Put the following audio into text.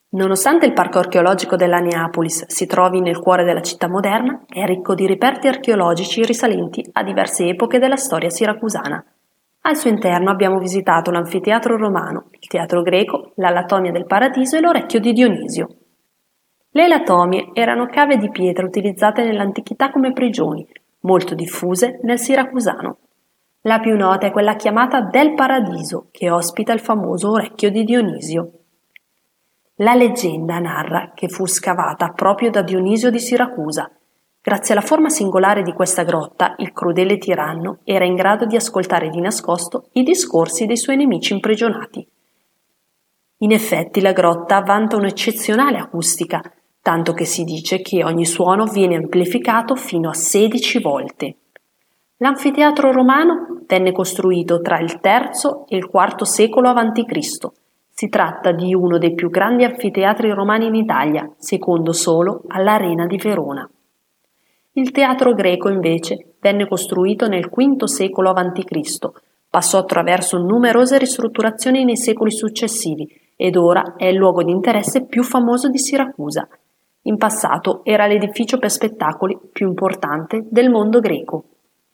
Nonostante il parco archeologico della Neapolis si trovi nel cuore della città moderna, è ricco di reperti archeologici risalenti a diverse epoche della storia siracusana. Al suo interno abbiamo visitato l'anfiteatro romano, il teatro greco, la latomia del Paradiso e l'orecchio di Dionisio. Le latomie erano cave di pietra utilizzate nell'antichità come prigioni, molto diffuse nel siracusano. La più nota è quella chiamata del Paradiso, che ospita il famoso orecchio di Dionisio. La leggenda narra che fu scavata proprio da Dionisio di Siracusa. Grazie alla forma singolare di questa grotta, il crudele tiranno era in grado di ascoltare di nascosto i discorsi dei suoi nemici imprigionati. In effetti la grotta vanta un'eccezionale acustica, tanto che si dice che ogni suono viene amplificato fino a 16 volte. L'anfiteatro romano venne costruito tra il III e il IV secolo a.C. Si tratta di uno dei più grandi anfiteatri romani in Italia, secondo solo all'Arena di Verona. Il teatro greco, invece, venne costruito nel V secolo a.C., passò attraverso numerose ristrutturazioni nei secoli successivi ed ora è il luogo di interesse più famoso di Siracusa. In passato era l'edificio per spettacoli più importante del mondo greco.